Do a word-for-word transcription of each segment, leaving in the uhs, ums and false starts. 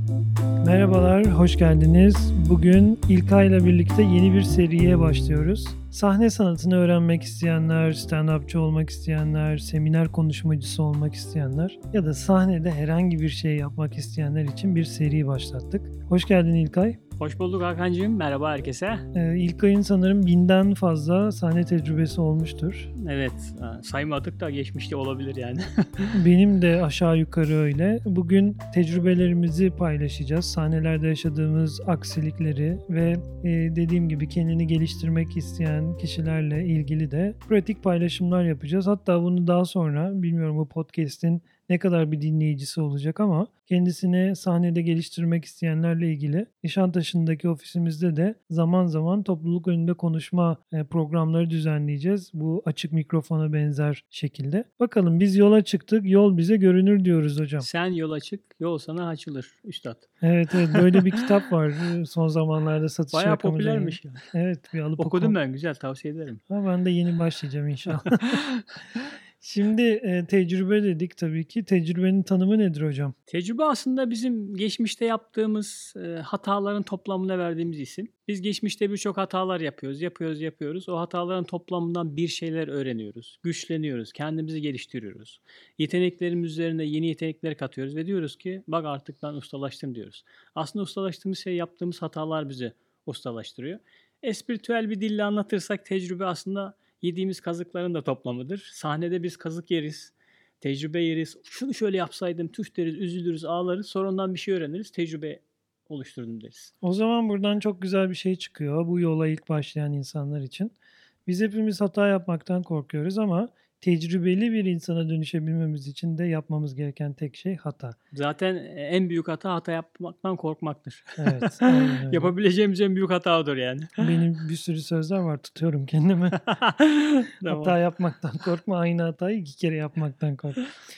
Merhabalar, hoş geldiniz. Bugün İlkay'la birlikte yeni bir seriye başlıyoruz. Sahne sanatını öğrenmek isteyenler, stand-upçı olmak isteyenler, seminer konuşmacısı olmak isteyenler ya da sahnede herhangi bir şey yapmak isteyenler için bir seri başlattık. Hoş geldin İlkay. Hoş bulduk Hakan'cığım. Merhaba herkese. Ee, İlkay'ın sanırım binden fazla sahne tecrübesi olmuştur. Evet, saymadık da geçmişte olabilir yani. Benim de aşağı yukarı öyle. Bugün tecrübelerimizi paylaşacağız. Sahnelerde yaşadığımız aksilikleri ve e, dediğim gibi kendini geliştirmek isteyen kişilerle ilgili de pratik paylaşımlar yapacağız. Hatta bunu daha sonra, bilmiyorum bu podcast'in ne kadar bir dinleyicisi olacak ama kendisini sahnede geliştirmek isteyenlerle ilgili Nişantaşı'ndaki ofisimizde de zaman zaman topluluk önünde konuşma programları düzenleyeceğiz. Bu açık mikrofona benzer şekilde. Bakalım, biz yola çıktık. Yol bize görünür diyoruz hocam. Sen yola çık, yol sana açılır üstad. Evet evet, böyle bir kitap var son zamanlarda satış Bayağı rakamı. popülermiş ya. Evet, bir alıp okudum okum. ben, güzel, tavsiye ederim. Ha, ben de yeni başlayacağım inşallah. Şimdi e, tecrübe dedik tabii ki. Tecrübenin tanımı nedir hocam? Tecrübe aslında bizim geçmişte yaptığımız e, hataların toplamına verdiğimiz isim. Biz geçmişte birçok hatalar yapıyoruz, yapıyoruz, yapıyoruz. O hataların toplamından bir şeyler öğreniyoruz, güçleniyoruz, kendimizi geliştiriyoruz. Yeteneklerimiz üzerine yeni yetenekler katıyoruz ve diyoruz ki bak artık ben ustalaştım diyoruz. Aslında ustalaştığımız şey yaptığımız hatalar bizi ustalaştırıyor. Espiritüel bir dille anlatırsak tecrübe aslında yediğimiz kazıkların da toplamıdır. Sahnede biz kazık yeriz, tecrübe yeriz. Şunu şöyle yapsaydım, tüh deriz, üzülürüz, ağlarız. Sonra ondan bir şey öğreniriz, tecrübe oluşturdum deriz. O zaman buradan çok güzel bir şey çıkıyor bu yola ilk başlayan insanlar için. Biz hepimiz hata yapmaktan korkuyoruz ama tecrübeli bir insana dönüşebilmemiz için de yapmamız gereken tek şey hata. Zaten en büyük hata hata yapmaktan korkmaktır. Evet, aynen öyle. Yapabileceğimiz en büyük hata odur yani. Benim bir sürü sözler var, tutuyorum kendime. Tamam. Hata yapmaktan korkma, aynı hatayı iki kere yapmaktan kork.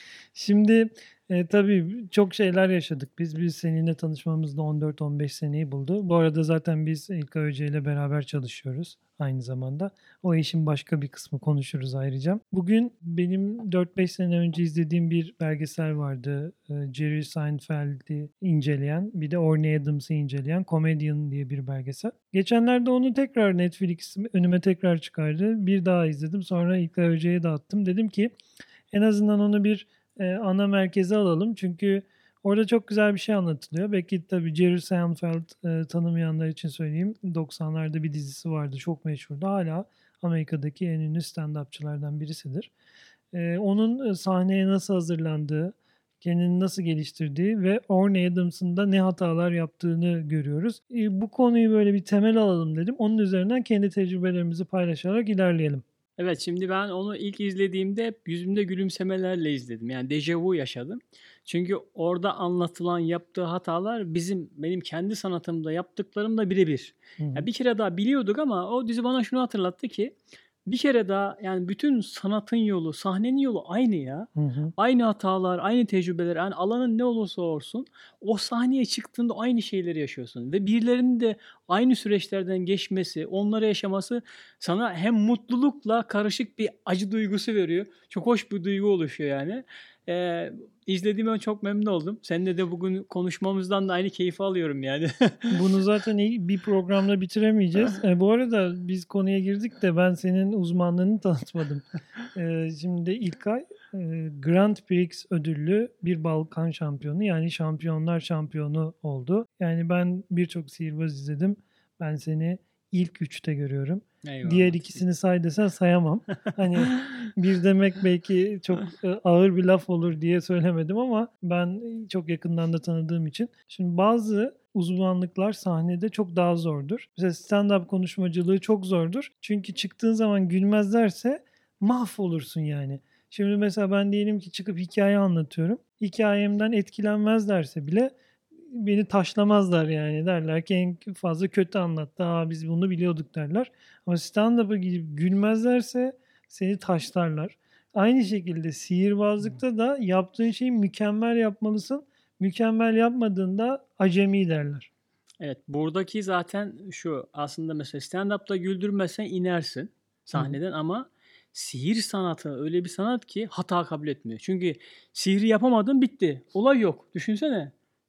Şimdi e, tabii çok şeyler yaşadık. Biz biz seninle tanışmamızda on dört on beş seneyi buldu. Bu arada zaten biz İlkay Hoca ile beraber çalışıyoruz aynı zamanda. O işin başka bir kısmı, konuşuruz ayrıca. Bugün benim dört beş sene önce izlediğim bir belgesel vardı. Jerry Seinfeld'i inceleyen, bir de Orny Adams'ı inceleyen Comedian diye bir belgesel. Geçenlerde onu tekrar Netflix önüme tekrar çıkardı. Bir daha izledim. Sonra İlkay Hoca'ya da attım. Dedim ki en azından onu bir e, ana merkeze alalım. Çünkü orada çok güzel bir şey anlatılıyor. Belki tabii Jerry Seinfeld e, tanımayanlar için söyleyeyim. doksanlarda bir dizisi vardı. Çok meşhurdu. Hala Amerika'daki en ünlü stand-upçılardan birisidir. E, onun sahneye nasıl hazırlandığı, kendini nasıl geliştirdiği ve Orny Adams'ın da ne hatalar yaptığını görüyoruz. E, bu konuyu böyle bir temel alalım dedim. Onun üzerinden kendi tecrübelerimizi paylaşarak ilerleyelim. Evet, şimdi ben onu ilk izlediğimde hep yüzümde gülümsemelerle izledim. Yani dejavu yaşadım. Çünkü orada anlatılan yaptığı hatalar bizim benim kendi sanatımda yaptıklarımla birebir. Ya bir kere daha biliyorduk ama o dizi bana şunu hatırlattı ki bir kere daha yani bütün sanatın yolu, sahnenin yolu aynı ya. Hı hı. Aynı hatalar, aynı tecrübeler, yani alanın ne olursa olsun o sahneye çıktığında aynı şeyleri yaşıyorsun. Ve birilerinin de aynı süreçlerden geçmesi, onları yaşaması sana hem mutlulukla karışık bir acı duygusu veriyor. Çok hoş bir duygu oluşuyor yani. Ee, izlediğime çok memnun oldum. Seninle de bugün konuşmamızdan da aynı keyfi alıyorum yani. Bunu zaten iyi bir programda bitiremeyeceğiz. E, bu arada biz konuya girdik de ben senin uzmanlığını tanıtmadım. E, şimdi İlkay e, Grand Prix ödüllü bir Balkan şampiyonu, yani şampiyonlar şampiyonu oldu. Yani ben birçok sihirbaz izledim. Ben seni ilk üçte görüyorum. Eyvallah. Diğer ikisini say desen sayamam. Hani bir demek belki çok ağır bir laf olur diye söylemedim ama ben çok yakından da tanıdığım için. Şimdi bazı uzmanlıklar sahnede çok daha zordur. Mesela stand-up konuşmacılığı çok zordur. Çünkü çıktığın zaman gülmezlerse mahvolursun yani. Şimdi mesela ben diyelim ki çıkıp hikaye anlatıyorum. Hikayemden etkilenmezlerse bile beni taşlamazlar yani. Derler ki en fazla kötü anlattı. Aa, biz bunu biliyorduk derler. Ama stand-up'a gidip gülmezlerse seni taşlarlar. Aynı şekilde sihirbazlıkta da yaptığın şeyi mükemmel yapmalısın. Mükemmel yapmadığında acemi derler. Evet, buradaki zaten şu aslında mesela stand-up'ta güldürmezsen inersin sahneden, ama sihir sanatı öyle bir sanat ki hata kabul etmiyor. Çünkü sihri yapamadın, bitti. Olay yok. Düşünsene.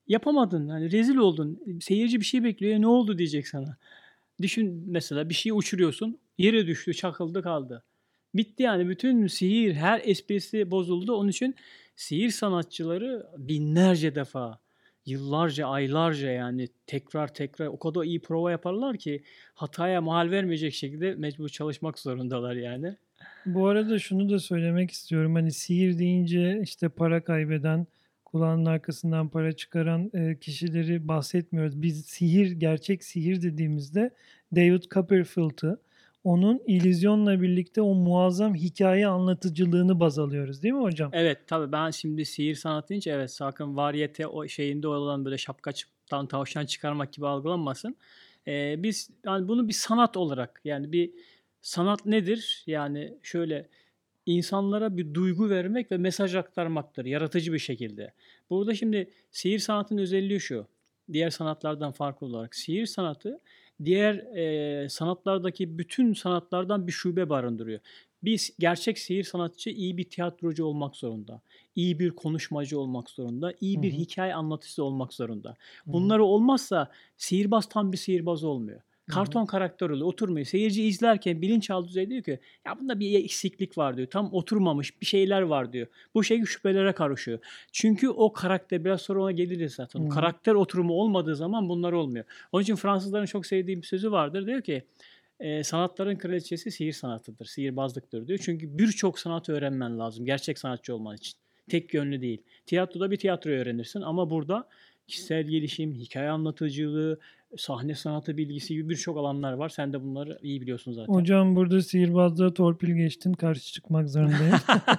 Yapamadın. Hani rezil oldun. Seyirci bir şey bekliyor. "Ne oldu?" diyecek sana. Düşün mesela bir şeyi uçuruyorsun. Yere düştü, çakıldı kaldı. Bitti yani. Bütün sihir, her esprisi bozuldu. Onun için sihir sanatçıları binlerce defa, yıllarca, aylarca yani tekrar tekrar o kadar iyi prova yaparlar ki hataya mahal vermeyecek şekilde mecbur çalışmak zorundalar yani. Bu arada şunu da söylemek istiyorum. Hani sihir deyince işte para kaybeden, kulağının arkasından para çıkaran e, kişileri bahsetmiyoruz. Biz sihir, gerçek sihir dediğimizde David Copperfield'ı, onun illüzyonla birlikte o muazzam hikaye anlatıcılığını baz alıyoruz, değil mi hocam? Evet, tabii ben şimdi sihir sanatı deyince evet sakın varyete o şeyinde olan böyle şapkadan tavşan çıkarmak gibi algılanmasın. Eee, biz yani bunu bir sanat olarak yani bir sanat nedir? Yani şöyle insanlara bir duygu vermek ve mesaj aktarmaktır yaratıcı bir şekilde. Burada şimdi sihir sanatının özelliği şu. Diğer sanatlardan farklı olarak sihir sanatı diğer eee, sanatlardaki bütün sanatlardan bir şube barındırıyor. Bir gerçek sihir sanatçı iyi bir tiyatrocu olmak zorunda. İyi bir konuşmacı olmak zorunda. Hı İyi bir hı. hikaye anlatıcısı olmak zorunda. Hı hı. Bunları olmazsa sihirbaz tam bir sihirbaz olmuyor. Hı hı. Karton karakter oluyor, oturmuyor. Seyirci izlerken bilinçaltı düzeyde diyor ki ya bunda bir eksiklik var diyor. Tam oturmamış bir şeyler var diyor. Bu şey şüphelere karışıyor. Çünkü o karakter biraz sonra ona geliriz Hı zaten. hı. Karakter oturumu olmadığı zaman bunlar olmuyor. Onun için Fransızların çok sevdiği bir sözü vardır. Diyor ki Eee, sanatların kraliçesi sihir sanatıdır, sihirbazlıktır diyor. Çünkü birçok sanatı öğrenmen lazım gerçek sanatçı olman için. Tek yönlü değil. Tiyatroda bir tiyatro öğrenirsin ama burada kişisel gelişim, hikaye anlatıcılığı, sahne sanatı bilgisi gibi birçok alanlar var. Sen de bunları iyi biliyorsun zaten. Hocam burada sihirbazlığa torpil geçtin. Karşı çıkmak zorundayım.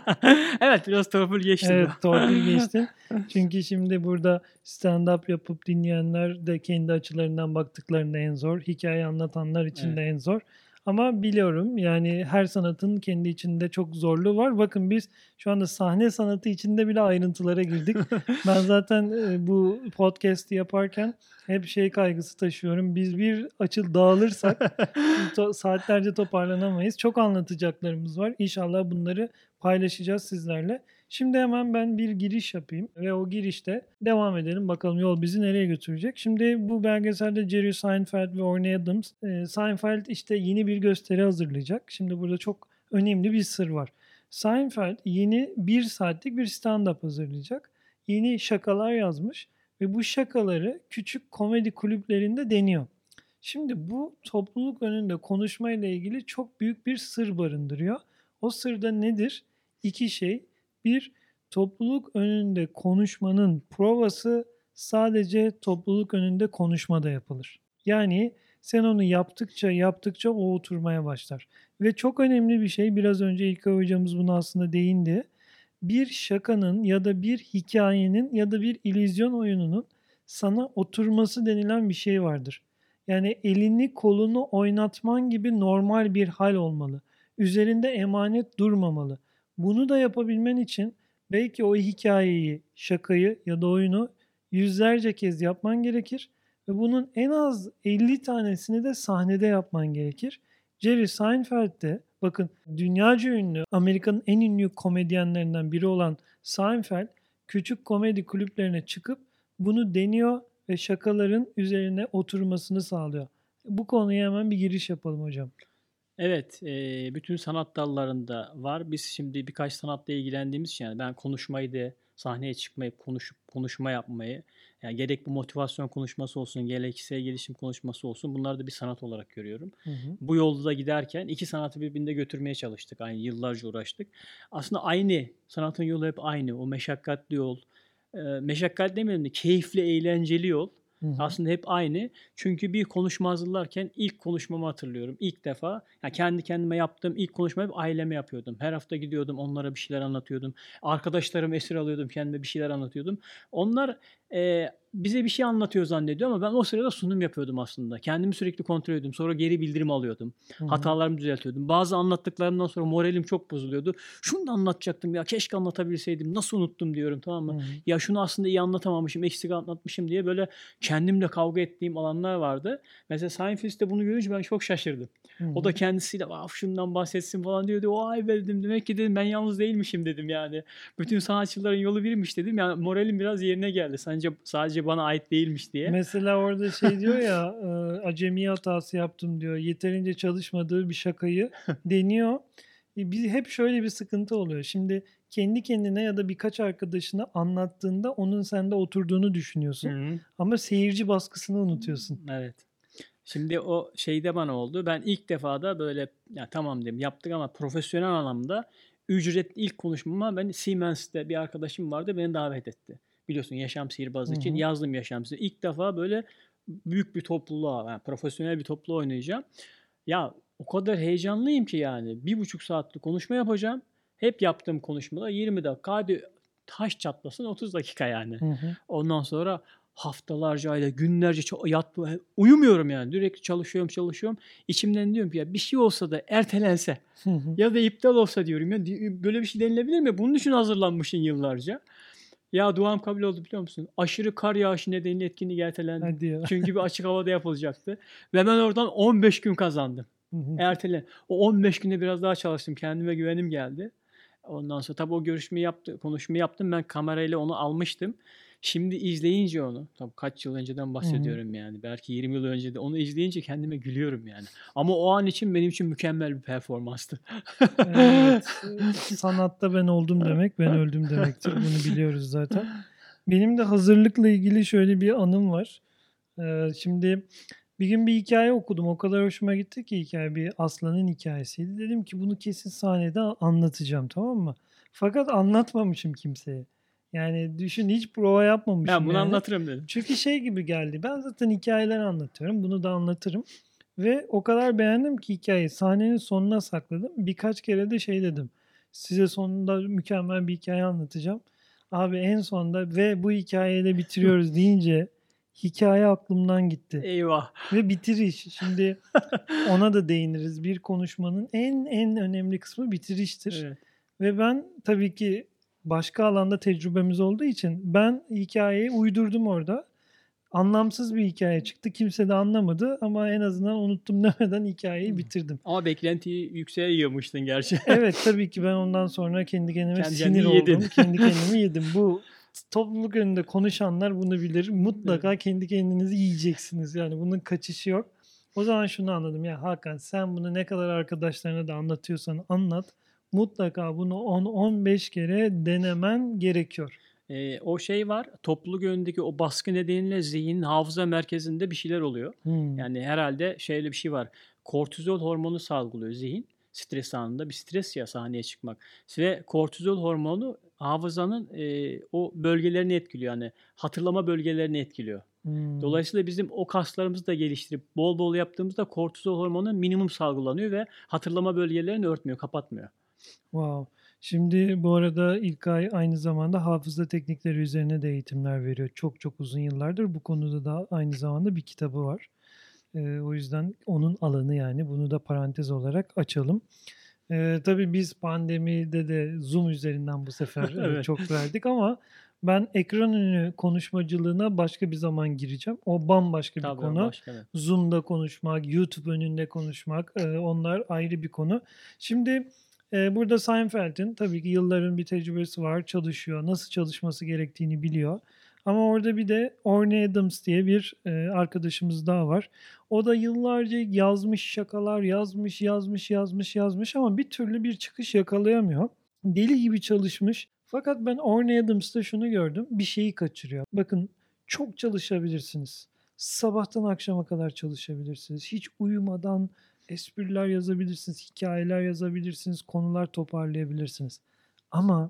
Evet, biraz torpil geçti Evet, bu. torpil geçtin. Çünkü şimdi burada stand-up yapıp dinleyenler de kendi açılarından baktıklarında en zor. Hikaye anlatanlar için Evet. de en zor. Ama biliyorum yani her sanatın kendi içinde çok zorluğu var. Bakın biz şu anda sahne sanatı içinde bile ayrıntılara girdik. Ben zaten e, bu podcast'i yaparken hep şey kaygısı taşıyorum. Biz bir açıl dağılırsak to- saatlerce toparlanamayız. Çok anlatacaklarımız var. İnşallah bunları paylaşacağız sizlerle. Şimdi hemen ben bir giriş yapayım ve o girişte devam edelim. Bakalım yol bizi nereye götürecek. Şimdi bu belgeselde Jerry Seinfeld ve Orny Adams. E, Seinfeld işte yeni bir gösteri hazırlayacak. Şimdi burada çok önemli bir sır var. Seinfeld yeni bir saatlik bir stand-up hazırlayacak. Yeni şakalar yazmış ve bu şakaları küçük komedi kulüplerinde deniyor. Şimdi bu topluluk önünde konuşmayla ilgili çok büyük bir sır barındırıyor. O sır da nedir? İki şey. Bir, topluluk önünde konuşmanın provası sadece topluluk önünde konuşmada yapılır. Yani sen onu yaptıkça yaptıkça o oturmaya başlar. Ve çok önemli bir şey, biraz önce İlkay hocamız buna aslında değindi. Bir şakanın ya da bir hikayenin ya da bir illüzyon oyununun sana oturması denilen bir şey vardır. Yani elini kolunu oynatman gibi normal bir hal olmalı. Üzerinde emanet durmamalı. Bunu da yapabilmen için belki o hikayeyi, şakayı ya da oyunu yüzlerce kez yapman gerekir ve bunun en az elli tanesini de sahnede yapman gerekir. Jerry Seinfeld de bakın dünyaca ünlü, Amerika'nın en ünlü komedyenlerinden biri olan Seinfeld küçük komedi kulüplerine çıkıp bunu deniyor ve şakaların üzerine oturmasını sağlıyor. Bu konuya hemen bir giriş yapalım hocam. Evet, eee, bütün sanat dallarında var. Biz şimdi birkaç sanatla ilgilendiğimiz için yani ben konuşmayı da sahneye çıkmayı, konuşup konuşma yapmayı yani gerek bu motivasyon konuşması olsun, gerek kişisel gelişim konuşması olsun bunları da bir sanat olarak görüyorum. Hı hı. Bu yolda da giderken iki sanatı birbirine götürmeye çalıştık. Aynı yıllarca uğraştık. Aslında aynı, sanatın yolu hep aynı. O meşakkatli yol, eee, meşakkatli demeyelim de keyifli, eğlenceli yol Hı hı. aslında hep aynı. Çünkü bir konuşma hazırlarken ilk konuşmamı hatırlıyorum. İlk defa ya kendi kendime yaptığım ilk konuşmayı hep aileme yapıyordum. Her hafta gidiyordum, onlara bir şeyler anlatıyordum. Arkadaşlarımı esir alıyordum, kendime bir şeyler anlatıyordum. Onlar eee, bize bir şey anlatıyor zannediyor ama ben o sırada sunum yapıyordum aslında. Kendimi sürekli kontrol ediyordum. Sonra geri bildirim alıyordum. Hı hı. Hatalarımı düzeltiyordum. Bazı anlattıklarımdan sonra moralim çok bozuluyordu. Şunu da anlatacaktım ya keşke anlatabilseydim. Nasıl unuttum diyorum, tamam mı? Hı hı. Ya şunu aslında iyi anlatamamışım, eksik anlatmışım diye böyle kendimle kavga ettiğim alanlar vardı. Mesela Seinfeld'de bunu görünce ben çok şaşırdım. Hı O hı. da kendisiyle "Af şundan bahsetsin" falan diyordu. Vay be dedim. Demek ki dedim ben yalnız değilmişim dedim yani. Bütün sanatçıların yolu birmiş dedim. Yani moralim biraz yerine geldi. Sence sadece seyirci bana ait değilmiş diye. Mesela orada şey diyor ya, e, acemi hatası yaptım diyor. Yeterince çalışmadığı bir şakayı deniyor. E, Bir, hep şöyle bir sıkıntı oluyor. Şimdi kendi kendine ya da birkaç arkadaşına anlattığında onun sende oturduğunu düşünüyorsun. Hı. Ama seyirci baskısını unutuyorsun. Evet. Şimdi o şeyde bana oldu. Ben ilk defa da böyle ya tamam dedim yaptık ama profesyonel anlamda ücretli ilk konuşmama ben Siemens'te bir arkadaşım vardı beni davet etti. Biliyorsun Yaşam Sihirbazı Hı için hı. yazdım Yaşam Sihirbazı. İlk defa böyle büyük bir topluluğa, yani profesyonel bir topluluğa oynayacağım. Ya o kadar heyecanlıyım ki yani. Bir buçuk saatlik konuşma yapacağım. Hep yaptığım konuşmada yirmi dakika. Hadi taş çatlasın otuz dakika yani. Hı hı. Ondan sonra haftalarca, ayda, günlerce ço- yat, uyumuyorum yani. Sürekli çalışıyorum, çalışıyorum. İçimden diyorum ki ya bir şey olsa da ertelense Hı hı. ya da iptal olsa diyorum ya. Di- Böyle bir şey denilebilir mi? Bunun için hazırlanmışsın yıllarca. Ya duam kabul oldu biliyor musun? Aşırı kar yağışı nedeniyle etkinlik ertelendi. Hadi ya. Çünkü bir açık havada yapılacaktı. Ve ben oradan on beş gün kazandım. Hı hı. Ertele. O on beş günde biraz daha çalıştım. Kendime güvenim geldi. Ondan sonra tabii o görüşmeyi yaptı, konuşmayı yaptım. Ben kamerayla onu almıştım. Şimdi izleyince onu, tabii kaç yıl önceden Hı hı. bahsediyorum yani. Belki yirmi yıl önce de onu izleyince kendime gülüyorum yani. Ama o an için benim için mükemmel bir performanstı. Evet, e, sanatta ben oldum demek, ben öldüm demektir. Bunu biliyoruz zaten. Benim de hazırlıkla ilgili şöyle bir anım var. Ee, şimdi bir gün bir hikaye okudum. O kadar hoşuma gitti ki hikaye bir aslanın hikayesiydi. Dedim ki bunu kesin sahnede anlatacağım, tamam mı? Fakat anlatmamışım kimseye. Yani düşün, hiç prova Ben yapmamışım bunu yani. anlatırım dedim. Çünkü şey gibi geldi. Ben zaten hikayeler anlatıyorum. Bunu da anlatırım. Ve o kadar beğendim ki hikayeyi sahnenin sonuna sakladım. Birkaç kere de şey dedim. Size sonunda mükemmel bir hikaye anlatacağım. Abi en sonunda ve bu hikayeyi de bitiriyoruz deyince hikaye aklımdan gitti. Eyvah. Ve bitiriş. Şimdi ona da değiniriz. Bir konuşmanın en en önemli kısmı bitiriştir. Evet. Ve ben tabii ki başka alanda tecrübemiz olduğu için ben hikayeyi uydurdum orada. Anlamsız bir hikaye çıktı. Kimse de anlamadı ama en azından unuttum demeden hikayeyi bitirdim. Ama beklentiyi yükseğe yığmıştın gerçi. Evet, tabii ki ben ondan sonra kendi kendime Kendi sinir kendini yedin. oldum. Kendi kendimi yedim. Bu topluluk önünde konuşanlar bunu bilir. Mutlaka kendi kendinizi yiyeceksiniz. Yani bunun kaçışı yok. O zaman şunu anladım. Ya Hakan, sen bunu ne kadar arkadaşlarına da anlatıyorsan anlat. Mutlaka bunu on on beş kere denemen gerekiyor. Eee, o şey var, topluluk önündeki o baskı nedeniyle zihnin hafıza merkezinde bir şeyler oluyor. Hmm. Yani herhalde şöyle bir şey var. Kortizol hormonu salgılıyor zihin. Stres anında bir stres ya sahneye çıkmak. Ve kortizol hormonu hafızanın eee, o bölgelerini etkiliyor. Yani hatırlama bölgelerini etkiliyor. Hmm. Dolayısıyla bizim o kaslarımızı da geliştirip bol bol yaptığımızda kortizol hormonu minimum salgılanıyor ve hatırlama bölgelerini örtmüyor, kapatmıyor. Wow. Şimdi bu arada İlkay aynı zamanda hafıza teknikleri üzerine de eğitimler veriyor. Çok çok uzun yıllardır bu konuda da aynı zamanda bir kitabı var. Ee, o yüzden onun alanı, yani bunu da parantez olarak açalım. Ee, tabii biz pandemide de Zoom üzerinden bu sefer e, Evet. çok verdik ama ben ekran önü konuşmacılığına başka bir zaman gireceğim. O bambaşka bir Tabii konu. başka evet. Zoom'da konuşmak, YouTube önünde konuşmak, e, onlar ayrı bir konu. Şimdi e, burada Seinfeld'in tabii ki yılların bir tecrübesi var, çalışıyor, nasıl çalışması gerektiğini biliyor. Ama orada bir de Orny Adams diye bir e, arkadaşımız daha var. O da yıllarca yazmış şakalar, yazmış, yazmış, yazmış, yazmış ama bir türlü bir çıkış yakalayamıyor. Deli gibi çalışmış. Fakat ben Orny Adams'ta şunu gördüm, bir şeyi kaçırıyor. Bakın, çok çalışabilirsiniz. Sabahtan akşama kadar çalışabilirsiniz. Hiç uyumadan espriler yazabilirsiniz, hikayeler yazabilirsiniz, konular toparlayabilirsiniz. Ama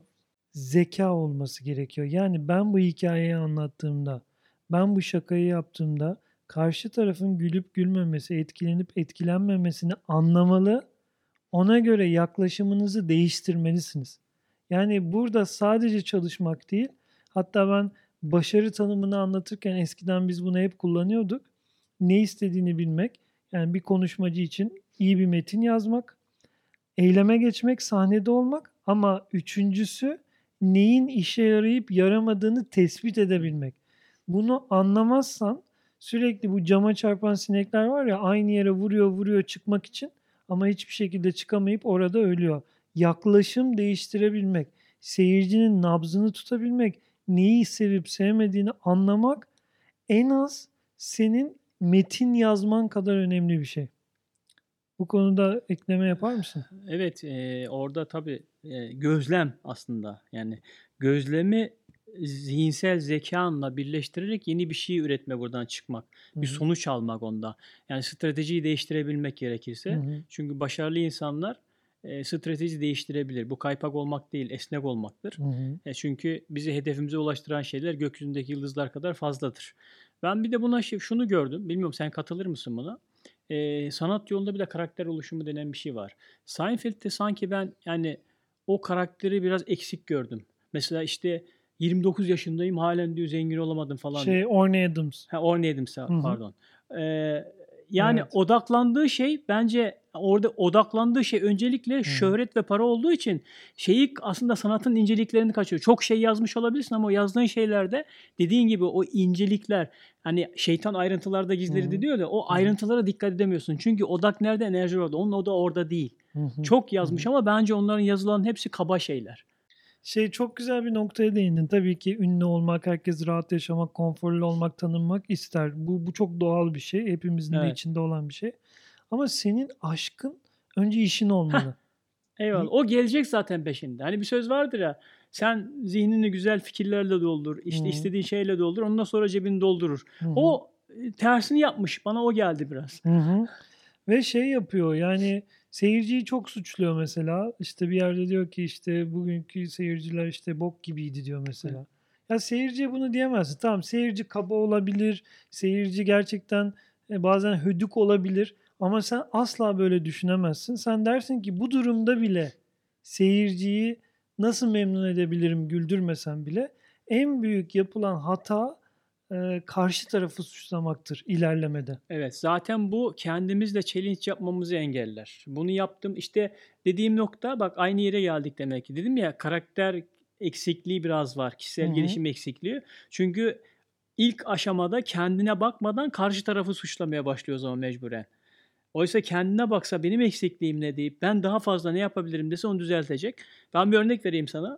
zeka olması gerekiyor. Yani ben bu hikayeyi anlattığımda, ben bu şakayı yaptığımda karşı tarafın gülüp gülmemesi, etkilenip etkilenmemesini anlamalı. Ona göre yaklaşımınızı değiştirmelisiniz. Yani burada sadece çalışmak değil, hatta ben başarı tanımını anlatırken eskiden biz bunu hep kullanıyorduk. Ne istediğini bilmek, yani bir konuşmacı için iyi bir metin yazmak, eyleme geçmek, sahnede olmak, ama üçüncüsü neyin işe yarayıp yaramadığını tespit edebilmek. Bunu anlamazsan sürekli bu cama çarpan sinekler var ya, aynı yere vuruyor vuruyor çıkmak için ama hiçbir şekilde çıkamayıp orada ölüyor. Yaklaşım değiştirebilmek, seyircinin nabzını tutabilmek, neyi sevip sevmediğini anlamak en az senin metin yazman kadar önemli bir şey. Bu konuda ekleme yapar mısın? Evet, eee, orada tabii, eee, gözlem aslında. Yani gözlemi zihinsel zekânla birleştirerek yeni bir şey üretme, buradan çıkmak. Hı Bir hı. sonuç almak onda. Yani stratejiyi değiştirebilmek Hı gerekirse. hı. Çünkü başarılı insanlar, eee, strateji değiştirebilir. Bu kaypak olmak değil, esnek olmaktır. Hı hı. E, çünkü bizi hedefimize ulaştıran şeyler gökyüzündeki yıldızlar kadar fazladır. Ben bir de buna şi şunu gördüm, bilmiyorum sen katılır mısın buna? Eee, sanat yolunda bir de karakter oluşumu denen bir şey var. Seinfeld'de sanki ben, yani, o karakteri biraz eksik gördüm. Mesela, işte, yirmi dokuz yaşındayım, hâlen diyor zengin olamadım falan diyor. Şey, Orny Adams. Ha, Orny Adams'a Hı hı. pardon. Eee, yani Evet. odaklandığı şey bence orada odaklandığı şey öncelikle Hı hı. şöhret ve para olduğu için şeyi aslında sanatın inceliklerini kaçırıyor. Çok şey yazmış olabilirsin ama o yazdığın şeylerde dediğin gibi o incelikler, hani, şeytan ayrıntılarda Hı gizlidir hı. diyor ya, o Hı hı. ayrıntılara dikkat edemiyorsun. Çünkü odak nerede, enerji orada. Onun odağı orada değil. Hı hı. Çok Hı yazmış hı. ama bence onların yazılanın hepsi kaba şeyler. Şey, çok güzel bir noktaya değindin. Tabii ki ünlü olmak, herkes rahat yaşamak, konforlu olmak, tanınmak ister. Bu bu çok doğal bir şey. Hepimizin de Evet. içinde olan bir şey. Ama senin aşkın önce işin Hah! olmalı. Eyvallah. Y O gelecek zaten peşinde. Hani bir söz vardır ya, sen zihnini güzel fikirlerle doldur, Hı işte, hı. istediğin şeyle doldur, ondan sonra cebini doldurur. Hı hı. O, eee, tersini yapmış. Bana o geldi biraz. Hı hı. Ve şey yapıyor, yani, seyirciyi çok suçluyor mesela. İşte, bir yerde diyor ki, işte, "Bugünkü seyirciler, işte, bok gibiydi." diyor Evet. mesela. Ya, seyirciye bunu diyemezsin. Tamam, seyirci kaba olabilir, seyirci gerçekten, eee, bazen hödük olabilir ama sen asla böyle düşünemezsin. Sen dersin ki, "Bu durumda bile seyirciyi nasıl memnun edebilirim güldürmesem bile?" En büyük yapılan hata, eee, karşı tarafı suçlamaktır ilerlemede. Evet, zaten bu kendimizle challenge yapmamızı engeller. Bunu yaptım, işte, dediğim nokta bak aynı yere geldik demek ki. Dedim ya, karakter eksikliği biraz var, Hı kişisel hı. gelişim eksikliği. Çünkü ilk aşamada kendine bakmadan karşı tarafı suçlamaya başlıyor o zaman mecburen. Oysa kendine baksa benim eksikliğim ne deyip ben daha fazla ne yapabilirim dese onu düzeltecek. Ben bir örnek vereyim sana.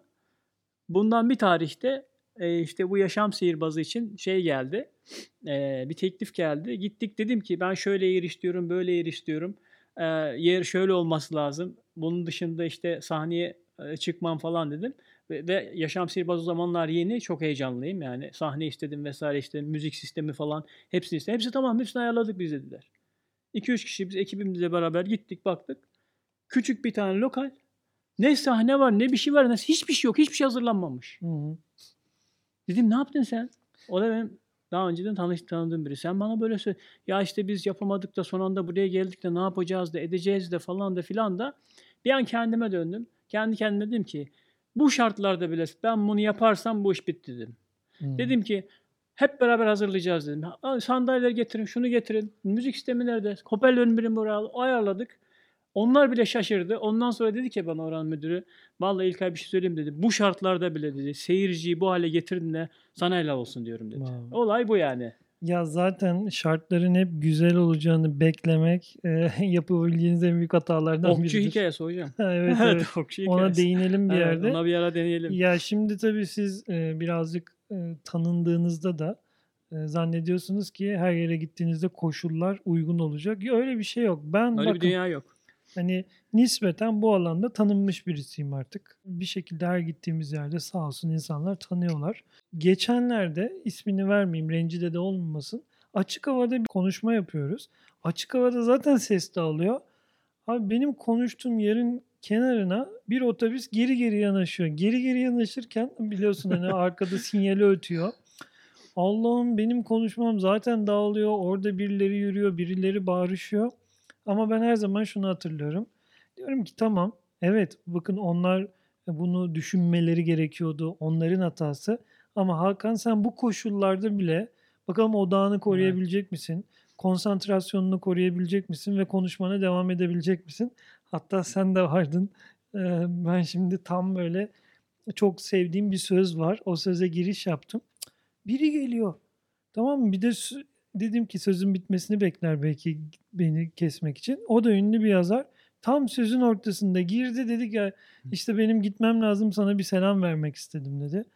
Bundan bir tarihte, eee, işte, bu yaşam sihirbazı için şey geldi, eee, bir teklif geldi. Gittik, dedim ki ben şöyle yer istiyorum, böyle yer istiyorum. Eee, yer şöyle olması lazım. Bunun dışında, işte, sahneye, eee, çıkmam falan dedim ve ve yaşam sihirbazı o zamanlar yeni, çok heyecanlıyım yani. Sahne istedim vesaire istedim, müzik sistemi falan hepsini istedim. Hepsi tamam, hepsini ayarladık biz dediler. iki üç kişi biz ekibimizle beraber gittik, baktık. Küçük bir tane lokal. Ne sahne var, ne bir şey var, ne hiçbir şey yok, hiçbir şey hazırlanmamış. Hı hı. Dedim, "Ne yaptın sen?" O da benim daha önceden tanış tanıdığım biri. "Sen bana böyle söyle." "Ya, işte, biz yapamadık da son anda buraya geldik de ne yapacağız da edeceğiz de falan da filan da." Bir an kendime döndüm. Kendi kendime dedim ki, "Bu şartlarda bile ben bunu yaparsam bu iş bitti." dedim. Hı hı. Dedim ki, "Hep beraber hazırlayacağız." dedim. "A, sandalyeleri getirin, şunu getirin, müzik sistemi nerede? Hoparlörünü birini buraya al." Ayarladık. Onlar bile şaşırdı. Ondan sonra dedi ki bana oranın müdürü, "Vallahi İlkay bir şey söyleyeyim mi?" dedi. "Bu şartlarda bile" dedi, "seyirciyi bu hâle getirdin de sana helal olsun diyorum." dedi. Wow. Olay bu yani. Ya, zaten şartların hep güzel olacağını beklemek, eee, yapabileceğiniz en büyük hatalardan Okçu biridir. hikâyesi hocam. Evet, Evet, evet. okçu Ona hikâyesi. değinelim bir Evet, yerde. ona bir ara deneyelim. Ya, şimdi tabii siz, eee, birazcık, eee, tanındığınızda da, eee, zannediyorsunuz ki her yere gittiğinizde koşullar uygun olacak. Ya, öyle bir şey yok. Ben Öyle bir bakın, dünya yok. hani, nispeten bu alanda tanınmış birisiyim artık. Bir şekilde her gittiğimiz yerde sağ olsun insanlar tanıyorlar. Geçenlerde, ismini vermeyeyim, rencide de olmasın, açık havada bir konuşma yapıyoruz. Açık havada zaten ses dağılıyor. Abi benim konuştuğum yerin kenarına bir otobüs geri geri yanaşıyor. Geri geri yanaşırken biliyorsun, hani, arkada sinyali ötüyor. Allah'ım, benim konuşmam zaten dağılıyor. Orada birileri yürüyor, birileri bağırışıyor. Ama ben her zaman şunu hatırlıyorum. Diyorum ki tamam, evet, bakın onlar bunu düşünmeleri gerekiyordu. Onların hatası. Ama Hakan, sen bu koşullarda bile bakalım odağını Evet. koruyabilecek misin? Konsantrasyonunu koruyabilecek misin ve konuşmana devam edebilecek misin? Hatta sen de vardın. Eee, ben şimdi tam böyle çok sevdiğim bir söz var. O söze giriş yaptım. Biri geliyor. Tamam mı? Bir de sü dedim ki sözün bitmesini bekler belki beni kesmek için. O da ünlü bir yazar. Tam sözün ortasında girdi, dedi ki, işte, "Benim gitmem lazım, sana bir selam vermek istedim." dedi.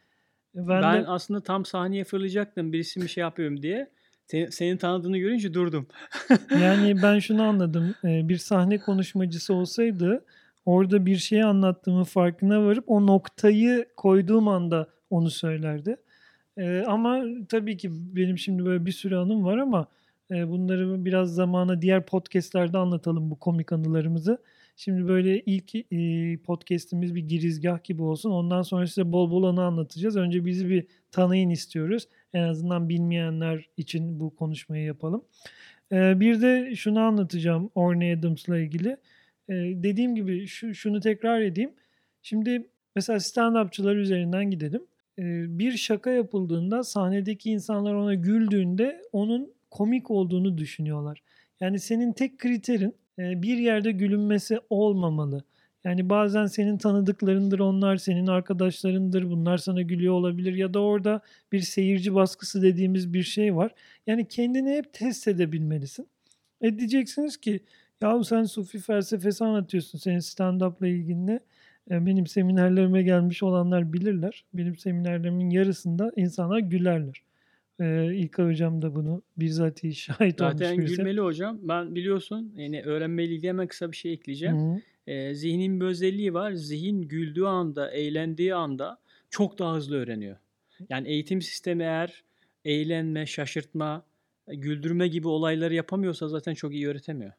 E, ben Ben de aslında tam sahneye fırlayacaktım birisi mi şey yapıyorum diye. Seni senin tanıdığını görünce durdum. Yani, ben şunu anladım, eee, bir sahne konuşmacısı olsaydı orada bir şeyi anlattığımın farkına varıp o noktayı koyduğum anda onu söylerdi. Eee, ama tabii ki benim şimdi böyle bir sürü anım var ama, eee, bunları biraz zamana diğer podcast'lerde anlatalım bu komik anılarımızı. Şimdi böyle ilk, iii, podcast'imiz bir girizgâh gibi olsun. Ondan sonra size bol bol anı anlatacağız. Önce bizi bir tanıyın istiyoruz. En azından bilmeyenler için bu konuşmayı yapalım. Eee, bir de şunu anlatacağım Orny Adams'la ilgili. Eee, dediğim gibi şu şunu tekrar edeyim. Şimdi mesela stand-upçılar üzerinden gidelim. Eee, bir şaka yapıldığında sahnedeki insanlar ona güldüğünde onun komik olduğunu düşünüyorlar. Yani senin tek kriterin, eee, bir yerde gülünmesi olmamalı. Yani bazen senin tanıdıklarındır onlar, senin arkadaşlarındır, bunlar sana gülüyor olabilir ya da orada bir seyirci baskısı dediğimiz bir şey var. Yani kendini hep test edebilmelisin. E, diyeceksiniz ki, "Yahu sen Sufi felsefesi anlatıyorsun, senin stand-up'la ilgin ne?" Eee, benim seminerlerime gelmiş olanlar bilirler. Benim seminerlerimin yarısında insanlar gülerler. Eee, İlkay hocam da bunu bizzatihi şahit olmuş Zaten birisi. gülmeli hocam. Ben biliyorsun yani öğrenmeyle ilgili hemen kısa bir şey Hı ekleyeceğim. hı. Eee, zihnin bir özelliği var. Zihin güldüğü anda, eğlendiği anda çok daha hızlı öğreniyor. Yani eğitim sistemi eğer eğlenme, şaşırtma, e, güldürme gibi olayları yapamıyorsa zaten çok iyi öğretemiyor.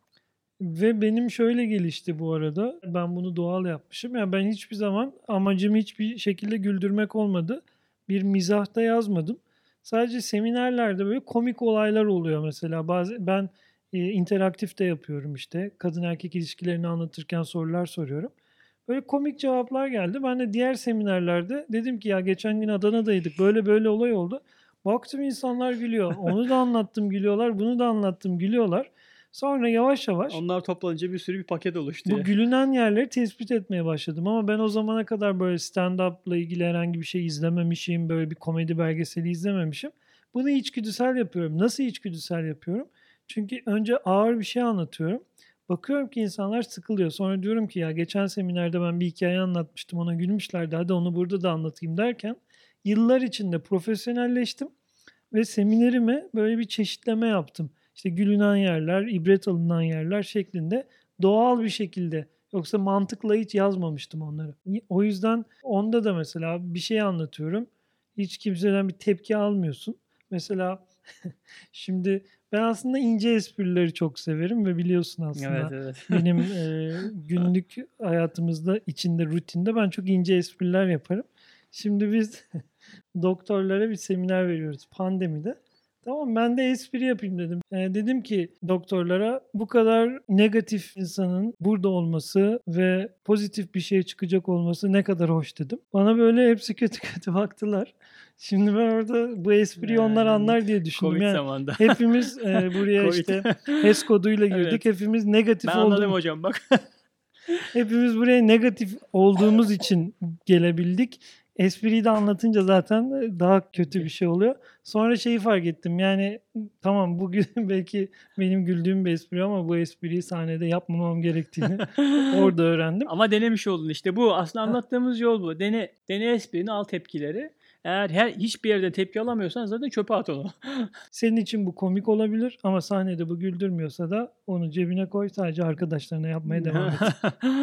Ve benim şöyle gelişti bu arada, ben bunu doğal yapmışım. Ya, ben hiçbir zaman amacım hiçbir şekilde güldürmek olmadı. Bir mizah da yazmadım. Sadece seminerlerde böyle komik olaylar oluyor mesela. Bazı ben, eee, interaktif de yapıyorum işte. Kadın erkek ilişkilerini anlatırken sorular soruyorum. Böyle komik cevaplar geldi. Ben de diğer seminerlerde dedim ki ya geçen gün Adana'daydık, böyle böyle olay oldu. Baktım insanlar gülüyor. Onu da anlattım gülüyorlar, bunu da anlattım gülüyorlar. Sonra yavaş yavaş Onlar toplanınca bir sürü bir paket oluştu bu ya. gülünen yerleri tespit etmeye başladım ama ben o zamana kadar böyle stand-up'la ilgili herhangi bir şey izlememişim, böyle bir komedi belgeseli izlememişim. Bunu içgüdüsel yapıyorum. Nasıl içgüdüsel yapıyorum? Çünkü önce ağır bir şey anlatıyorum. Bakıyorum ki insanlar sıkılıyor. Sonra diyorum ki ya geçen seminerde ben bir hikaye anlatmıştım, ona gülmüşlerdi. Hadi onu burada da anlatayım derken yıllar içinde profesyonelleştim ve seminerime böyle bir çeşitleme yaptım. İşte gülünen yerler, ibret alınan yerler şeklinde doğal bir şekilde. Yoksa mantıkla hiç yazmamıştım onları. O yüzden onda da mesela bir şey anlatıyorum. Hiç kimseden bir tepki almıyorsun. Mesela şimdi ben aslında ince esprileri çok severim ve biliyorsun Evet, aslında evet. benim, eee, günlük hayatımızda içinde, rutinde ben çok ince espriler yaparım. Şimdi biz doktorlara bir seminer veriyoruz pandemide. Tamam, ben de espri yapayım dedim. Eee, dedim ki doktorlara bu kadar negatif insanın burada olması ve pozitif bir şey çıkacak olması ne kadar hoş dedim. Bana böyle hepsi kötü kötü baktılar. Şimdi ben orada bu espriyi onlar Yani anlar diye düşündüm. Covid Yani zamanında. hepimiz, eee, buraya Covid. işte HES koduyla girdik. Evet. Hepimiz Ben negatif anladım olduğum hocam bak. Hepimiz buraya negatif olduğumuz için gelebildik. Espriyi de anlatınca zaten, daha kötü bir şey oluyor. Sonra şeyi fark ettim, yani, tamam bugün belki benim güldüğüm bir espri ama bu espriyi sahnede yapmamam gerektiğini orada öğrendim. Ama denemiş oldun işte bu. Aslında Hah. anlattığımız yol bu. Dene dene esprini, al tepkileri. Eğer her hiçbir yerden tepki alamıyorsan zaten çöpe at onu. Senin için bu komik olabilir ama sahnede bu güldürmüyorsa da onu cebine koy, sadece arkadaşlarına yapmaya devam et.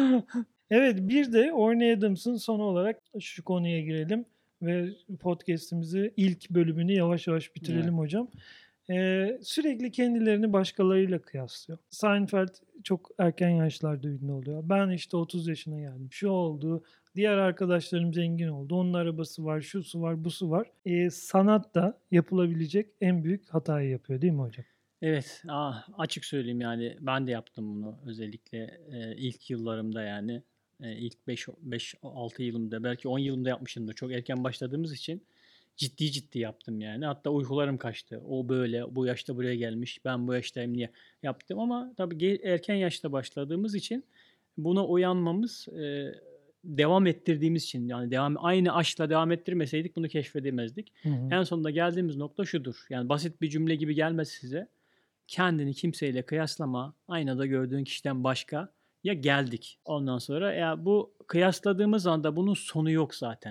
Evet, bir de Orny Adams'ın son olarak şu konuya girelim ve podcast'imizi ilk bölümünü yavaş yavaş Evet. bitirelim hocam. Eee, sürekli kendilerini başkalarıyla kıyaslıyor. Seinfeld çok erken yaşlarda ünlü oluyor. Ben işte otuz yaşına geldim. Şu oldu, diğer arkadaşlarım zengin oldu. Onun arabası var, şusu var, busu var. Eee, sanatta yapılabilecek en büyük hatayı yapıyor değil mi hocam? Evet, ah, açık söyleyeyim yani ben de yaptım bunu özellikle, eee, ilk yıllarımda yani, eee, ilk beş beş altı yılımda belki on yılımda yapmışımdır. Çok erken başladığımız için ciddi ciddi yaptım yani. Hatta uykularım kaçtı. O böyle, bu yaşta buraya gelmiş, ben bu yaştayım diye yaptım ama tabii ge erken yaşta başladığımız için buna uyanmamız, eee, devam ettirdiğimiz için yani devam aynı aşkla devam ettirmeseydik bunu keşfedemezdik. Hı hı. En sonunda geldiğimiz nokta şudur, yani basit bir cümle gibi gelmez size. Kendini kimseyle kıyaslama, aynada gördüğün kişiden başka. Ya geldik. Ondan sonra ya bu kıyasladığımız anda bunun sonu yok zaten.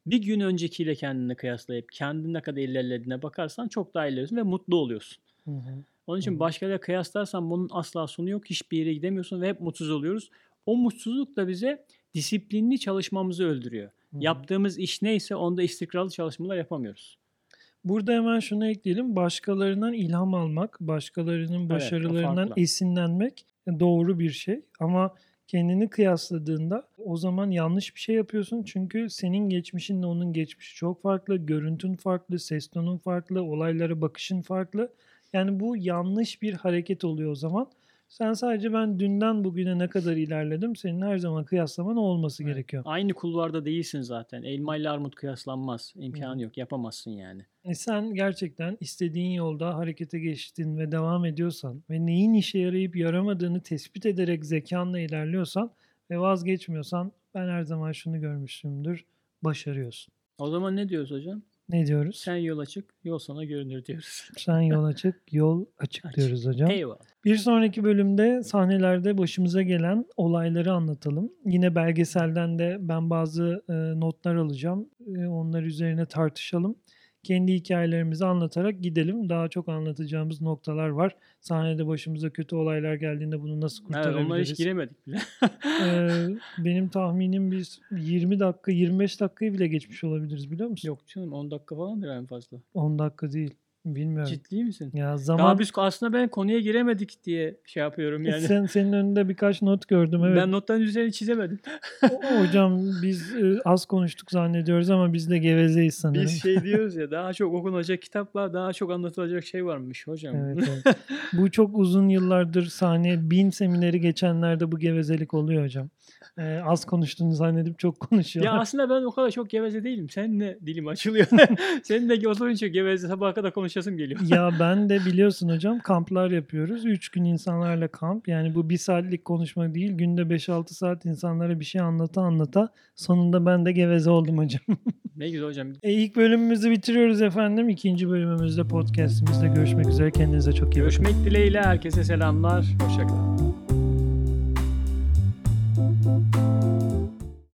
Bir gün öncekiyle kendini kıyaslayıp kendin ne kadar ilerlediğine bakarsan çok daha ilerliyorsun ve mutlu oluyorsun. Hı hı. Onun Hı için hı. başkalarıyla kıyaslarsan bunun asla sonu yok. Hiçbir yere gidemiyorsun ve hep mutsuz oluyoruz. O mutsuzluk da bize disiplinli çalışmamızı öldürüyor. Hı hı. Yaptığımız iş neyse onda istikrarlı çalışmalar yapamıyoruz. Burada hemen şunu ekleyelim. Başkalarından ilham almak, başkalarının Evet, o başarılarından farklı. esinlenmek doğru bir şey. Ama kendini kıyasladığında o zaman yanlış bir şey yapıyorsun. Çünkü senin geçmişinle onun geçmişi çok farklı. Görüntün farklı, ses tonun farklı, olaylara bakışın farklı. Yani bu yanlış bir hareket oluyor o zaman. Sen sadece ben dünden bugüne ne kadar ilerledim, senin her zaman kıyaslaman olması Evet. gerekiyor. Aynı kulvarda değilsin zaten. Elma ile armut kıyaslanmaz. Hı hı. İmkanı yok. Yapamazsın yani. E sen gerçekten istediğin yolda harekete geçtin ve devam ediyorsan ve neyin işe yarayıp yaramadığını tespit ederek zekanla ilerliyorsan ve vazgeçmiyorsan ben her zaman şunu görmüşümdür, başarıyorsun. O zaman ne diyoruz hocam? Ne diyoruz? Sen yola çık, yol sana görünür diyoruz. Sen yola çık, yol açık Açık. diyoruz hocam. Eyvallah. Bir sonraki bölümde sahnelerde başımıza gelen olayları anlatalım. Yine belgeselden de ben bazı e, notlar alacağım. E, onlar üzerine tartışalım. Kendi hikayelerimizi anlatarak gidelim. Daha çok anlatacağımız noktalar var. Sahnede başımıza kötü olaylar geldiğinde bunu nasıl Evet, onlara hiç kurtarabiliriz? giremedik bile. Ee, benim tahminim biz yirmi dakika, yirmi beş dakikayı bile geçmiş olabiliriz biliyor musun? Yok canım, on dakika falandır en fazla. on dakika değil. Bilmiyorum. Ciddi misin? Ya Daha zaman biz aslında ben konuya giremedik diye şey yapıyorum yani. sen senin önünde birkaç not gördüm evet. Ben notların üzerine çizemedim. O- Hocam biz e, az konuştuk zannediyoruz ama biz de gevezeyiz sanırım. Biz şey diyoruz ya, daha çok okunacak kitap var, daha çok anlatılacak şey varmış hocam. Evet, evet. Bu çok uzun yıllardır sahne bin semineri geçenlerde bu gevezelik oluyor hocam. Ee, az konuştuğunu zannedip çok Ya konuşuyorlar. aslında ben o kadar çok geveze değilim. Seninle dilim açılıyor. Seninle oturunca geveze sabaha kadar konuşasım geliyor. Ya ben de biliyorsun hocam kamplar yapıyoruz. Üç gün insanlarla kamp. Yani bu bir saatlik konuşma değil. Günde beş altı saat insanlara bir şey anlata anlata. Sonunda ben de geveze oldum hocam. Ne güzel hocam. E, ilk bölümümüzü bitiriyoruz efendim. İkinci bölümümüzde podcastimizde görüşmek üzere. Kendinize çok iyi bakın. Görüşmek dileğiyle herkese selamlar. Hoşça kalın.